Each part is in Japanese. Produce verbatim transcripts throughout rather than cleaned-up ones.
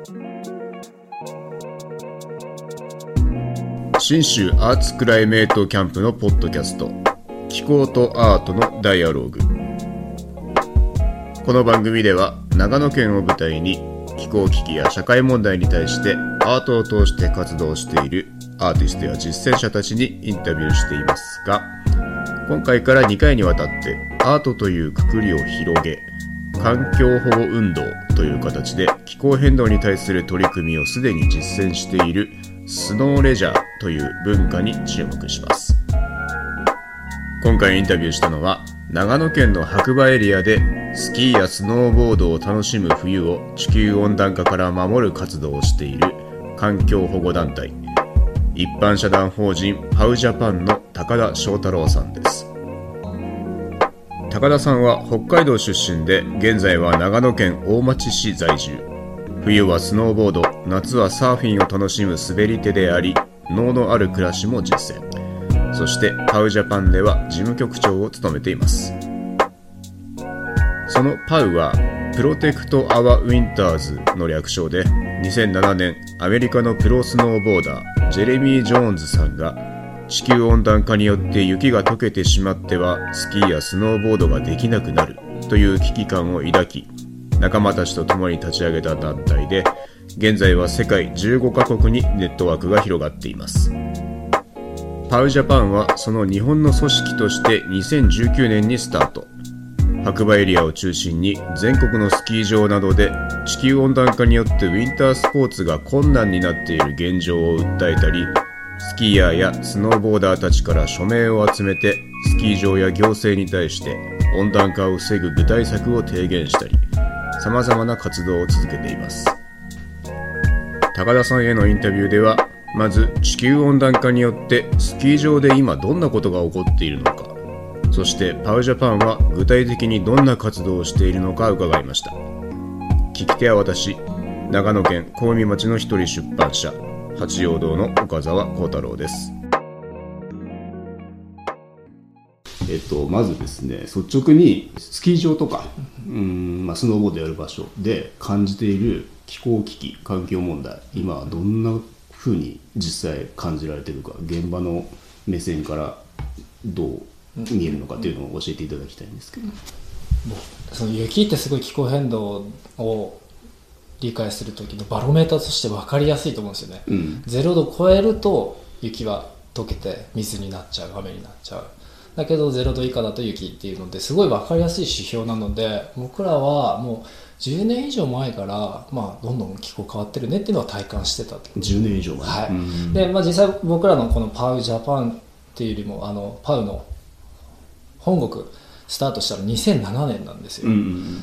信州アーツクライメートキャンプのポッドキャスト、気候とアートのダイアローグ。この番組では長野県を舞台に気候危機や社会問題に対してアートを通して活動しているアーティストや実践者たちにインタビューしていますが、今回からにかいにわたってアートというくくりを広げ、環境保護運動という形で気候変動に対する取り組みをすでに実践しているスノーレジャーという文化に注目します。今回インタビューしたのは長野県の白馬エリアでスキーやスノーボードを楽しむ冬を地球温暖化から守る活動をしている環境保護団体、一般社団法人パウジャパンの高田翔太郎さんです。高田さんは北海道出身で、現在は長野県大町市在住。冬はスノーボード、夏はサーフィンを楽しむ滑り手であり、能のある暮らしも実践。そしてパウジャパンでは事務局長を務めています。そのパウはプロテクト・アワ・ウィンターズの略称で、にせんななねんアメリカのプロスノーボーダージェレミー・ジョーンズさんが地球温暖化によって雪が溶けてしまってはスキーやスノーボードができなくなるという危機感を抱き、仲間たちと共に立ち上げた団体で、現在は世界じゅうごカ国にネットワークが広がっています。パウジャパンはその日本の組織としてにせんじゅうきゅうねんにスタート。白馬エリアを中心に全国のスキー場などで地球温暖化によってウィンタースポーツが困難になっている現状を訴えたり、スキーヤーやスノーボーダーたちから署名を集めてスキー場や行政に対して温暖化を防ぐ具体策を提言したり、様々な活動を続けています。高田さんへのインタビューでは、まず地球温暖化によってスキー場で今どんなことが起こっているのか、そしてパウジャパンは具体的にどんな活動をしているのか伺いました。聞き手は私、長野県小海町の一人出版社、八陽堂の岡澤幸太郎です。えっと、まずですね、率直にスキー場とか、うん、まあ、スノーボードやる場所で感じている気候危機、環境問題、今はどんなふうに実際感じられているか、現場の目線からどう見えるのかというのを教えていただきたいんですけど、 その雪ってすごい気候変動を理解する時のバロメーターとして分かりやすいと思うんですよね、うん、ゼロど超えると雪は溶けて水になっちゃう、雨になっちゃう。だけどゼロど以下だと雪っていうのですごい分かりやすい指標なので、僕らはもうじゅうねん以上前から、まあ、どんどん気候変わってるねっていうのは体感してたと。 じゅうねん以上前、 はい、で、まあ、実際僕らのこのパウジャパンっていうよりもあのパウの本国スタートしたのにせんななねんなんですよ、うんうん、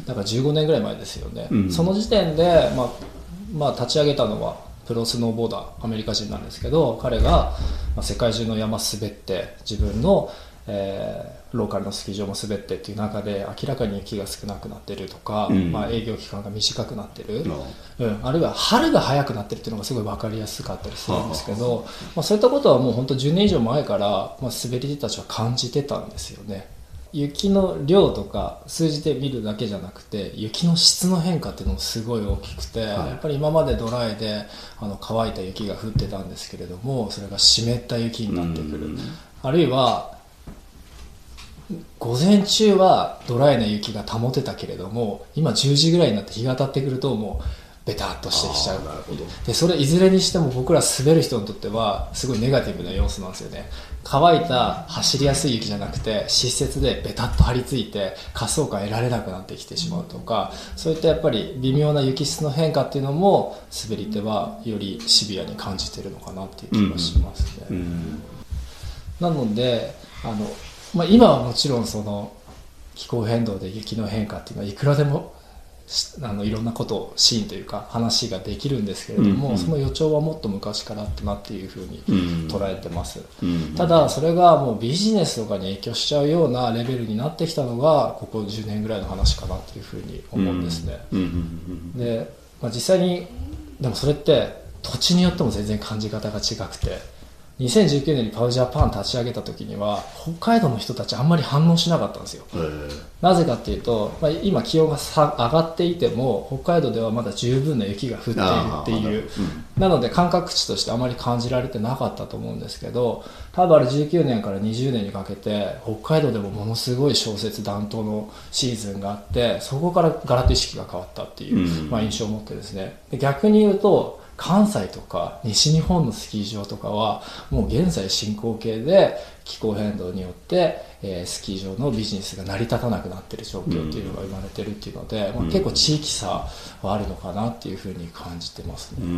だからじゅうごねんぐらい前ですよね、うんうん、その時点で、まあまあ、立ち上げたのはプロスノーボーダーアメリカ人なんですけど、彼が、まあ、世界中の山滑って自分のえー、ローカルのスキー場も滑ってっていう中で明らかに雪が少なくなってるとか、うんまあ、営業期間が短くなってる、うん、あるいは春が早くなってるっていうのがすごい分かりやすかったりするんですけど、まあ、そういったことはもう本当じゅうねん以上前から、まあ、滑り手たちは感じてたんですよね。雪の量とか数字で見るだけじゃなくて、雪の質の変化っていうのもすごい大きくて、はい、やっぱり今までドライであの乾いた雪が降ってたんですけれども、それが湿った雪になってくる、うん、あるいは午前中はドライな雪が保てたけれども、今じゅうじぐらいになって日が当たってくるともうベタっとしてきちゃう。なるほど。でそれいずれにしても僕ら滑る人にとってはすごいネガティブな要素なんですよね。乾いた走りやすい雪じゃなくて湿雪でベタっと張り付いて滑走感得られなくなってきてしまうとか、そういったやっぱり微妙な雪質の変化っていうのも滑り手はよりシビアに感じてるのかなっていう気がしますね、うんうん、なのであのまあ、今はもちろんその気候変動で雪の変化っていうのはいくらでもあのいろんなことをシーンというか話ができるんですけれども、うんうん、その予兆はもっと昔からあったなっていうふうに捉えてます、うんうん、ただそれがもうビジネスとかに影響しちゃうようなレベルになってきたのがここじゅうねんぐらいの話かなっていうふうに思うんですね、うんうんうん、で、まあ、実際にでもそれって土地によっても全然感じ方が違くて、 にせんじゅうきゅうねんにパウジャパン立ち上げた時には北海道の人たちあんまり反応しなかったんですよ。なぜかっていうと、まあ、今気温がさ上がっていても北海道ではまだ十分な雪が降っているっていう、うん、なので感覚値としてあまり感じられてなかったと思うんですけど、多分あれじゅうきゅうねんからにじゅうねんにかけて北海道でもものすごい小雪暖冬のシーズンがあって、そこからガラッと意識が変わったっていう、うん、まあ、印象を持ってですね。で逆に言うと関西とか西日本のスキー場とかはもう現在進行形で気候変動によって、えー、スキー場のビジネスが成り立たなくなっている状況っていうのが生まれてるっていうので、うん、まあ、結構地域差はあるのかなっていうふうに感じてますね。 うん、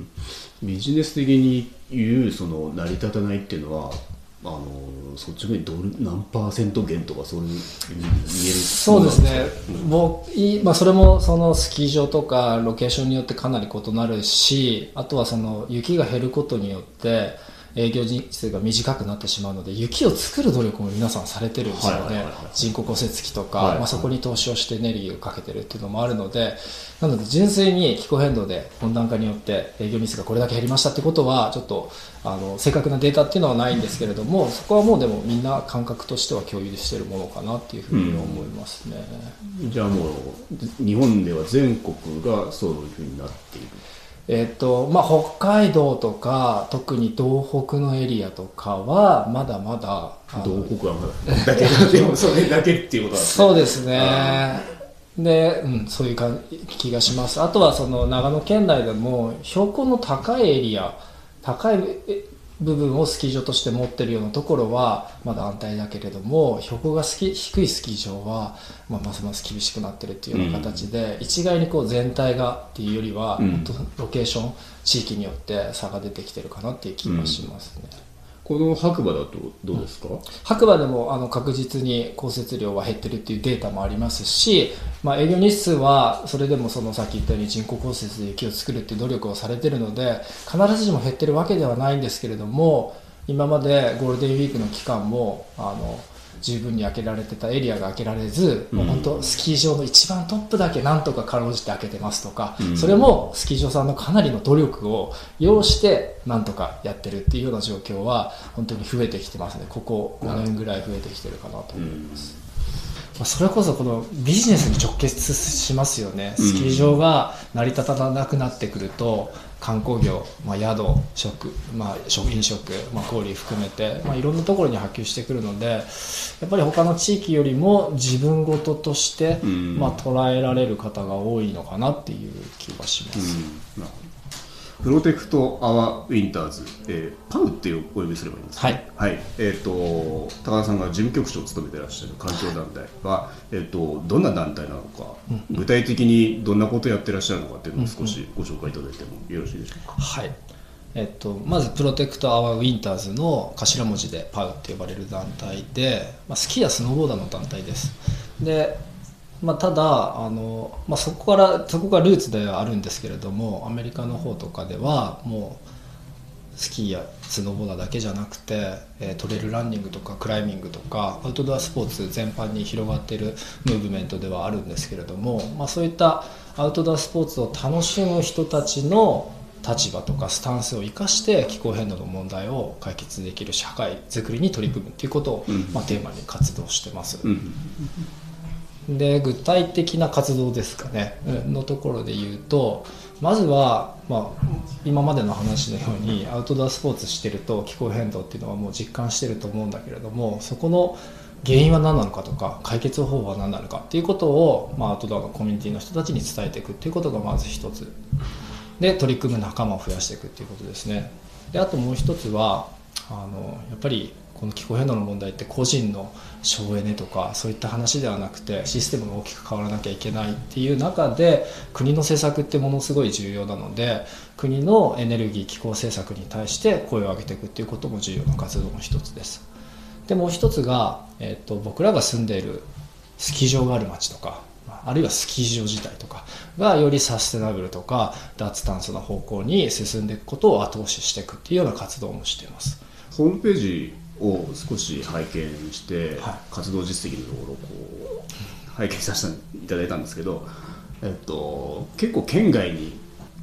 ビジネス的に言うその成り立たないっていうのはあの率直にど何パーセント減とかそういう見える。 そうですね、うん、もういい、まあ、それもそのスキー場とかロケーションによってかなり異なるし、あとはその雪が減ることによって営業日数が短くなってしまうので、雪を作る努力も皆さんされてるんですよね、はいはいはいはい、人工降雪機とか、はいはい、まあ、そこに投資をしてエネルギーをかけてるっていうのもあるので、なので純粋に気候変動で温暖化によって営業日数がこれだけ減りましたってことはちょっとあの正確なデータっていうのはないんですけれども、そこはもうでもみんな感覚としては共有しているものかなっていうふうに思いますね、 うん、じゃあもう日本では全国がそういうふうになっている。 えーとまあ、北海道とか特に東北のエリアとかはまだまだ東北はまだだけでもそれだけっていうことなんですね。 そうですね。で、うん、そういうか気がします。あとはその長野県内でも標高の高いエリア、高い部分をスキー場として持っているようなところはまだ安泰だけれども、標高が低いスキー場は、まあ、ますます厳しくなっているっていうような形で、うん、一概にこう全体がっていうよりは、うん、本当ロケーション地域によって差が出てきてるかなっていう気がしますね、うん、 この白馬だとどうですか？ 白馬でもあの確実に降雪量は減ってるっていうデータもありますし、まあ、営業日数はそれでもそのさっき言ったように人工降雪で雪を作るっていう努力をされてるので、必ずしも減ってるわけではないんですけれども、今までゴールデンウィークの期間もあの十分に開けられてたエリアが開けられず、うん、もう本当スキー場の一番トップだけなんとかかろうじて開けてますとか、うん、それもスキー場さんのかなりの努力を要してなんとかやってるっていうような状況は本当に増えてきてますね。ここごねんぐらい増えてきてるかなと思います、うん、まあ、それこそこのビジネスに直結しますよね。スキー場が成り立たなくなってくると観光業、まあ、宿、食、まあ、飲食、まあ、小売含めて、まあ、いろんなところに波及してくるので、やっぱり他の地域よりも自分事として、まあ、捉えられる方が多いのかなっていう気がします、うん、 プロテクトアワーウィンターズ、えー、パウってお呼びすればいいんですか、ね、はい、はい、えーと、高田さんが事務局長を務めていらっしゃる環境団体は、はい、えーと、どんな団体なのか、うんうん、具体的にどんなことをやってらっしゃるのかっていうのを少しご紹介いただいてもよろしいでしょうか。 はい、えっと、まずプロテクトアワーウィンターズの頭文字でパウって呼ばれる団体で、まあ、スキーやスノーボーダーの団体です。で、まあ、ただあの、まあ、そこからそこがルーツではあるんですけれども、アメリカの方とかではもうスキーやスノーボーダーだけじゃなくて、えー、トレイルランニングとかクライミングとかアウトドアスポーツ全般に広がっているムーブメントではあるんですけれども、まあ、そういったアウトドアスポーツを楽しむ人たちの立場とかスタンスを生かして気候変動の問題を解決できる社会づくりに取り組むということを、うん、まあ、テーマに活動してます、うん、で具体的な活動ですかね、うん、のところで言うと、まずは、まあ、今までの話のようにアウトドアスポーツしてると気候変動っていうのはもう実感してると思うんだけれども、そこの原因は何なのかとか解決方法は何なのかっていうことを、まあ、アウトドアのコミュニティの人たちに伝えていくっていうことがまず一つで、取り組む仲間を増やしていくっていうことですね。であともう一つはあのやっぱりこの気候変動の問題って個人の省エネとかそういった話ではなくてシステムが大きく変わらなきゃいけないっていう中で、国の政策ってものすごい重要なので、国のエネルギー気候政策に対して声を上げていくっていうことも重要な活動の一つです。でもう一つが、えーと、僕らが住んでいるスキー場がある街とか、あるいはスキー場自体とかがよりサステナブルとか脱炭素な方向に進んでいくことを後押ししていくっていうような活動もしています。 ホームページを少し拝見して、はい、活動実績のところをこう拝見させていただいたんですけど、えっと、結構県外に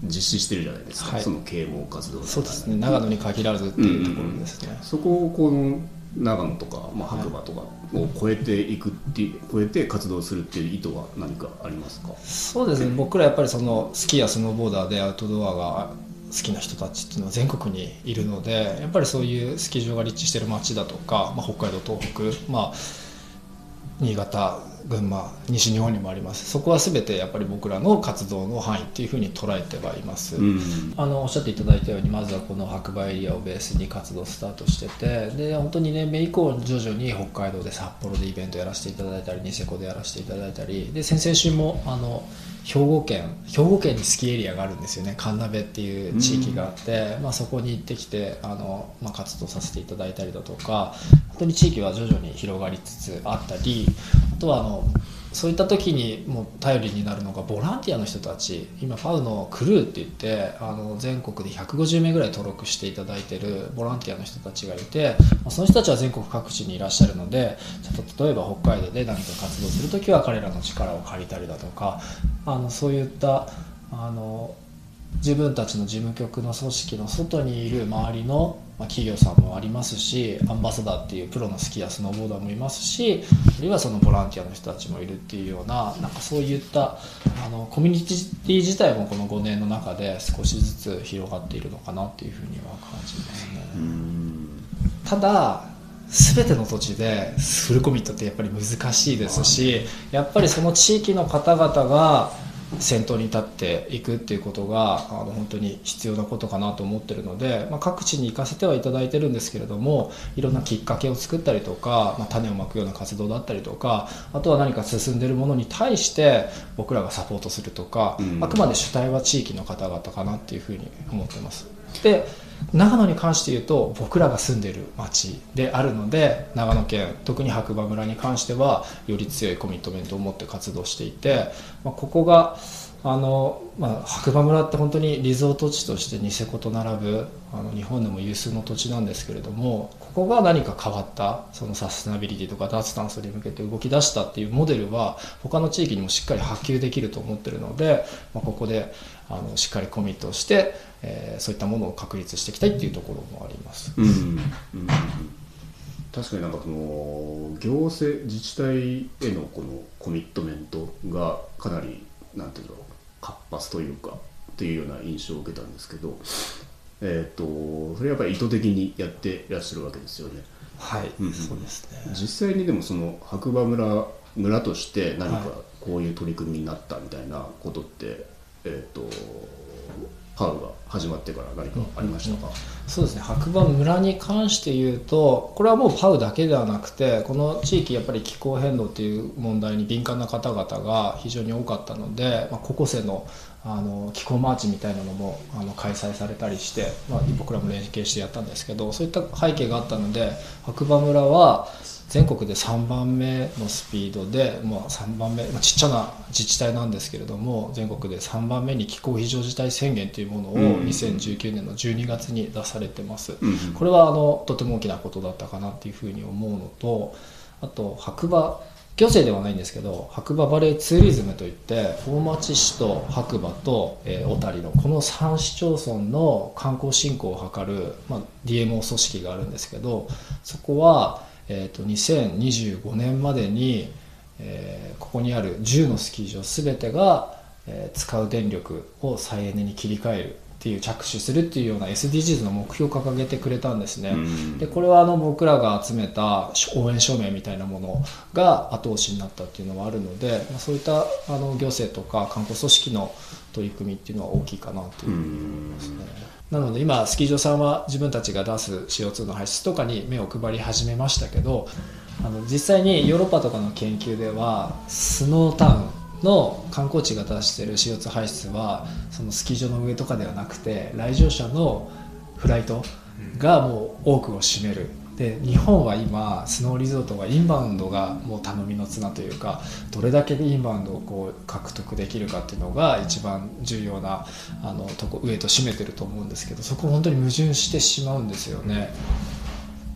実施してるじゃないですか、はい、その啓蒙活動。 そうですね、長野に限らずっていうところですね、うんうん、 そこをこの長野とか、まあ、白馬とかを超えていくっていう、超えて活動するっていう意図は何かありますか？ そうですね、僕らやっぱりそのスキーやスノーボーダーでアウトドアが好きな人たちっていうのは全国にいるので、やっぱりそういうスキー場が立地している町だとか、まあ、北海道、東北、まあ、新潟、群馬、西日本にもあります。そこは全てやっぱり僕らの活動の範囲っていうふうに捉えてはいます、うん、あのおっしゃっていただいたように、まずはこの白馬エリアをベースに活動スタートしてて、で本当にねんめ以降徐々に北海道で札幌でイベントやらせていただいたり、ニセコでやらせていただいたりで、先々週もあの兵庫県兵庫県にスキーエリアがあるんですよね。神鍋っていう地域があって、うんまあ、そこに行ってきてあの、まあ、活動させていただいたりだとか、本当に地域は徐々に広がりつつあったり、あとはあのそういった時にもう頼りになるのがボランティアの人たち。今ファウのクルーって言ってあの全国でひゃくごじゅうめいぐらい登録していただいているボランティアの人たちがいて、その人たちは全国各地にいらっしゃるので、例えば北海道で何か活動するときは彼らの力を借りたりだとか、あのそういったあの自分たちの事務局の組織の外にいる周りの、まあ、企業さんもありますし、アンバサダーっていうプロのスキーやスノーボーダーもいますし、あるいはそのボランティアの人たちもいるっていうような、なんかそういったあのコミュニティ自体もこのごねんの中で少しずつ広がっているのかなっていうふうには感じますね。うんただ全ての土地でフルコミットってやっぱり難しいですし、やっぱりその地域の方々が先頭に立っていくっていうことがあの本当に必要なことかなと思ってるので、まあ、各地に行かせてはいただいてるんですけれども、いろんなきっかけを作ったりとか、まあ、種をまくような活動だったりとか、あとは何か進んでいるものに対して僕らがサポートするとか、うん、あくまで主体は地域の方々かなっていうふうに思ってます。で長野に関して言うと僕らが住んでいる町であるので、長野県特に白馬村に関してはより強いコミットメントを持って活動していて、まあ、ここがあの、まあ、白馬村って本当にリゾート地としてニセコと並ぶあの日本でも有数の土地なんですけれども、ここが何か変わったそのサステナビリティとか脱炭素に向けて動き出したっていうモデルは他の地域にもしっかり波及できると思っているので、まあ、ここであのしっかりコミットをして、えー、そういったものを確立していきたいっていうところもあります、うんうん、 確かになんかその行政自治体へのこのコミットメントがかなりなんていうの活発というかっていうような印象を受けたんですけど、えー、とそれはやっぱり意図的にやっていらっしゃるわけですよね。 はい、うん、そうですね。 実際にでもその白馬村村として何かこういう取り組みになったみたいなことって、はい、えー、とパウが始まってから何かありましたか？うんうん、 そうですね、白馬村に関して言うと、これはもうパウだけではなくて、この地域やっぱり気候変動という問題に敏感な方々が非常に多かったので、まあ、高校生のあの気候マーチみたいなのもあの開催されたりして、まあ、僕らも連携してやったんですけど、そういった背景があったので、白馬村は全国でさんばんめのスピードで、まあ、さんばんめ、まあ、ちっちゃな自治体なんですけれども、全国でさんばんめに気候非常事態宣言というものをにせんじゅうきゅうねんのじゅうにがつに出されてます、うん、これはあのとても大きなことだったかなっていうふうに思うのと、あと白馬行政ではないんですけど、白馬バレーツーリズムといって大町市と白馬と、えー、小谷のこのさん市町村の観光振興を図る、まあ、ディーエムオー 組織があるんですけど、そこはえー、とにせんにじゅうごねんまでに、えー、ここにあるじゅうのスキー場全てが、えー、使う電力を再エネに切り替えるっていう着手するっていうような エスディージーズ の目標を掲げてくれたんですね。でこれはあの僕らが集めた応援署名みたいなものが後押しになったっていうのはあるので、まあ、そういったあの行政とか観光組織の取り組みっていうのは大きいかなというふうに思いますね。なので今スキー場さんは自分たちが出す シーオーツー の排出とかに目を配り始めましたけど、あの実際にヨーロッパとかの研究ではスノータウンの観光地が出している シーオーツー 排出はそのスキー場の上とかではなくて来場者のフライトがもう多くを占める。で日本は今スノーリゾートがインバウンドがもう頼みの綱というか、どれだけでインバウンドをこう獲得できるかっていうのが一番重要なあのとこ上と占めてると思うんですけど、そこ本当に矛盾してしまうんですよね。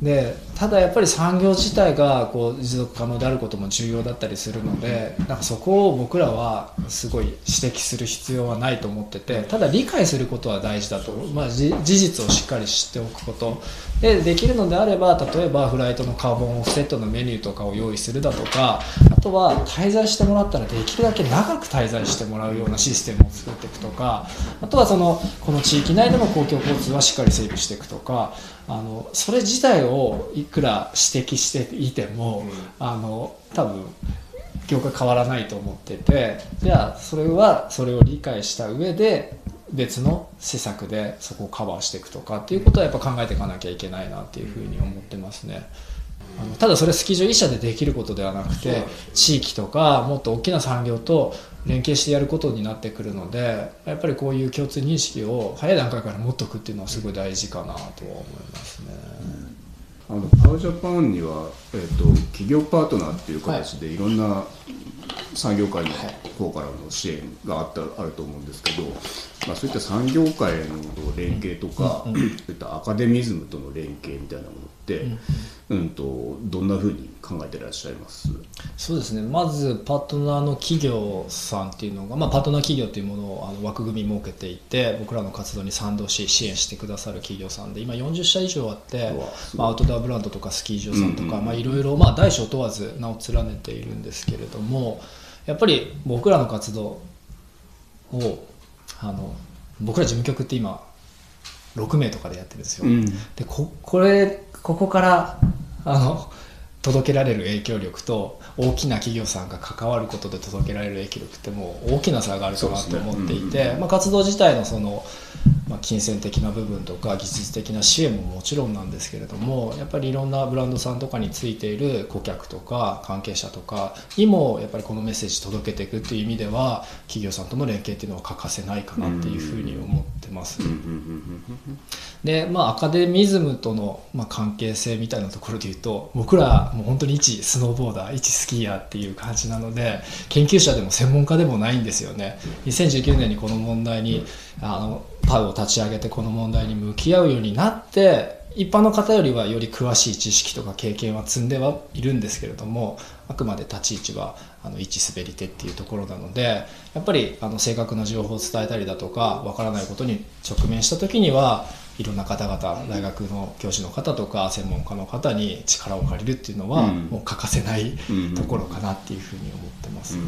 でただやっぱり産業自体がこう持続可能であることも重要だったりするので、なんかそこを僕らはすごい指摘する必要はないと思ってて、ただ理解することは大事だと、まあ、事実をしっかり知っておくことで、できるのであれば例えばフライトのカーボンオフセットのメニューとかを用意するだとか、あとは滞在してもらったらできるだけ長く滞在してもらうようなシステムを作っていくとか、あとはそのこの地域内での公共交通はしっかり整備していくとか、あのそれ自体をいくら指摘していても、うん、あの多分業界変わらないと思ってて、じゃあそれはそれを理解した上で別の施策でそこをカバーしていくとかっていうことはやっぱ考えていかなきゃいけないなっていうふうに思ってますね。あのただそれスキー場いっ社でできることではなくて、地域とかもっと大きな産業と連携してやることになってくるので、やっぱりこういう共通認識を早い段階から持っておくっていうのはすごい大事かなとは思いますね。 あのパウジャパンには、えー、と企業パートナーっていう形でいろんな産業界の方からの支援があったあると思うんですけど、まあ、そういった産業界の連携とか、うんうん、そういったアカデミズムとの連携みたいなものって、うんうん、とどんなふうに考えていらっしゃいます？ そうですね、まずパートナーの企業さんっていうのが、まあ、パートナー企業というものをあの枠組み設けていて、僕らの活動に賛同し支援してくださる企業さんで今よんじゅっ社以上あって、まあ、アウトドアブランドとかスキー場さんとかいろいろ大小問わず名を連ねているんですけれども、やっぱり僕らの活動をあの僕ら事務局って今ろくめいとかでやってるんですよ、うん、で こ, これここからあの届けられる影響力と大きな企業さんが関わることで届けられる影響力ってもう大きな差があるかなと思っていて、ねうんうんまあ、活動自体のその、まあ、金銭的な部分とか技術的な支援ももちろんなんですけれども、やっぱりいろんなブランドさんとかについている顧客とか関係者とかにもやっぱりこのメッセージ届けていくっていう意味では企業さんとの連携っていうのは欠かせないかなっていうふうに思ってます。で、まあ、アカデミズムとの、まあ、関係性みたいなところでいうと、僕らもう本当に一スノーボーダー一スキーヤーっていう感じなので、研究者でも専門家でもないんですよね。にせんじゅうきゅうねんにこの問題にあのパウを立ち上げてこの問題に向き合うようになって、一般の方よりはより詳しい知識とか経験は積んではいるんですけれども、あくまで立ち位置はあの一滑り手っていうところなので、やっぱりあの正確な情報を伝えたりだとかわからないことに直面した時にはいろんな方々、大学の教授の方とか専門家の方に力を借りるっていうのはもう欠かせないところかなっていうふうに思ってます。 うんうん、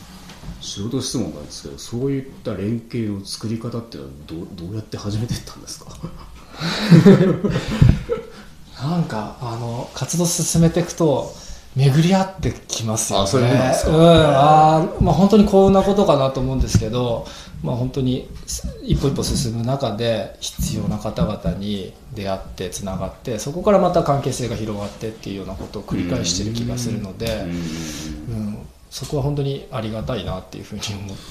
仕事質問なんですけど、そういった連携の作り方っていうのは ど, どうやって始めていったんですか？ なんかあの活動進めていくと巡り合ってきますよね。 あ、そういうことなんですか？ うん、あ、まあ、本当に幸運なことかなと思うんですけど、まあ、本当に一歩一歩進む中で必要な方々に出会ってつながって、そこからまた関係性が広がってっていうようなことを繰り返している気がするので、うん、そこは本当にありがたいなっていうふうに思ってます。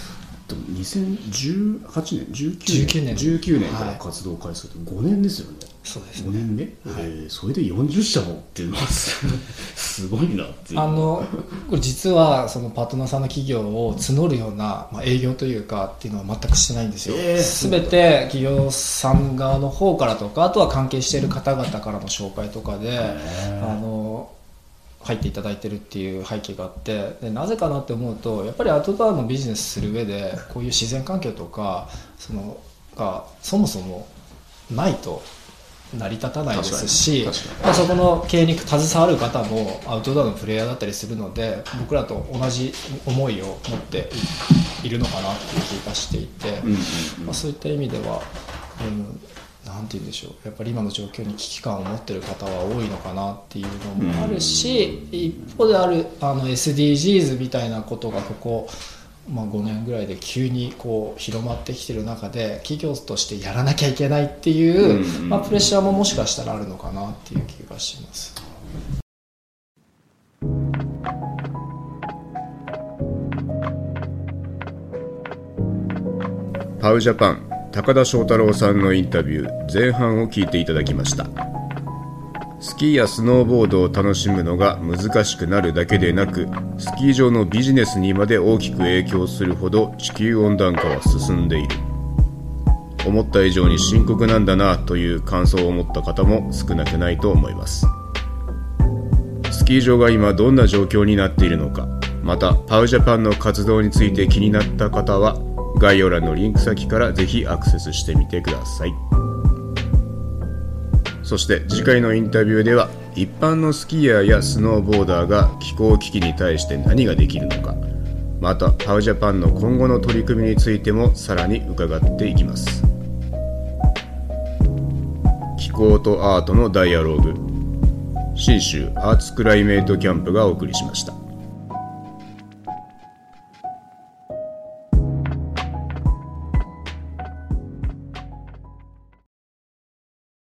にせんじゅうはちねんじゅうきゅうねんじゅうきゅうねんじゅうきゅうねんから活動を開始するとごねんですよね。 そうですね、 ごねんめ、はい、えー、それでよんじゅっしゃもっていうのはすごいなっていう。 あのこれ実はそのパートナーさんの企業を募るような、まあ、営業というかっていうのは全くしてないんですよ。すべ、えー、て企業さん側の方からとか、あとは関係している方々からの紹介とかで、えー、あの入っていただいてるっていう背景があって、でなぜかなって思うと、やっぱりアウトドアのビジネスする上でこういう自然環境とかそのがそもそもないと成り立たないですし、まあ、そこの経営に携わる方もアウトドアのプレイヤーだったりするので、僕らと同じ思いを持っているのかなっていう気がしていて、うんうんうん、まあ、そういった意味では、うんなんて言うんでしょう、やっぱり今の状況に危機感を持っている方は多いのかなっていうのもあるし、一方であるあの エスディージーズ みたいなことがここ、まあ、ごねんぐらいで急にこう広まってきている中で、企業としてやらなきゃいけないっていう、まあ、プレッシャーももしかしたらあるのかなっていう気がします。 パウジャパン高田翔太郎さんのインタビュー前半を聞いていただきました。スキーやスノーボードを楽しむのが難しくなるだけでなく、スキー場のビジネスにまで大きく影響するほど地球温暖化は進んでいる。 思った以上に深刻なんだなという感想を持った方も少なくないと思います。スキー場が今どんな状況になっているのか、またパウジャパンの活動について気になった方は概要欄のリンク先からぜひアクセスしてみてください。そして次回のインタビューでは、一般のスキーヤーやスノーボーダーが気候危機に対して何ができるのか、またパウジャパンの今後の取り組みについてもさらに伺っていきます。気候とアートのダイアローグ、信州アーツクライメートキャンプがお送りしました。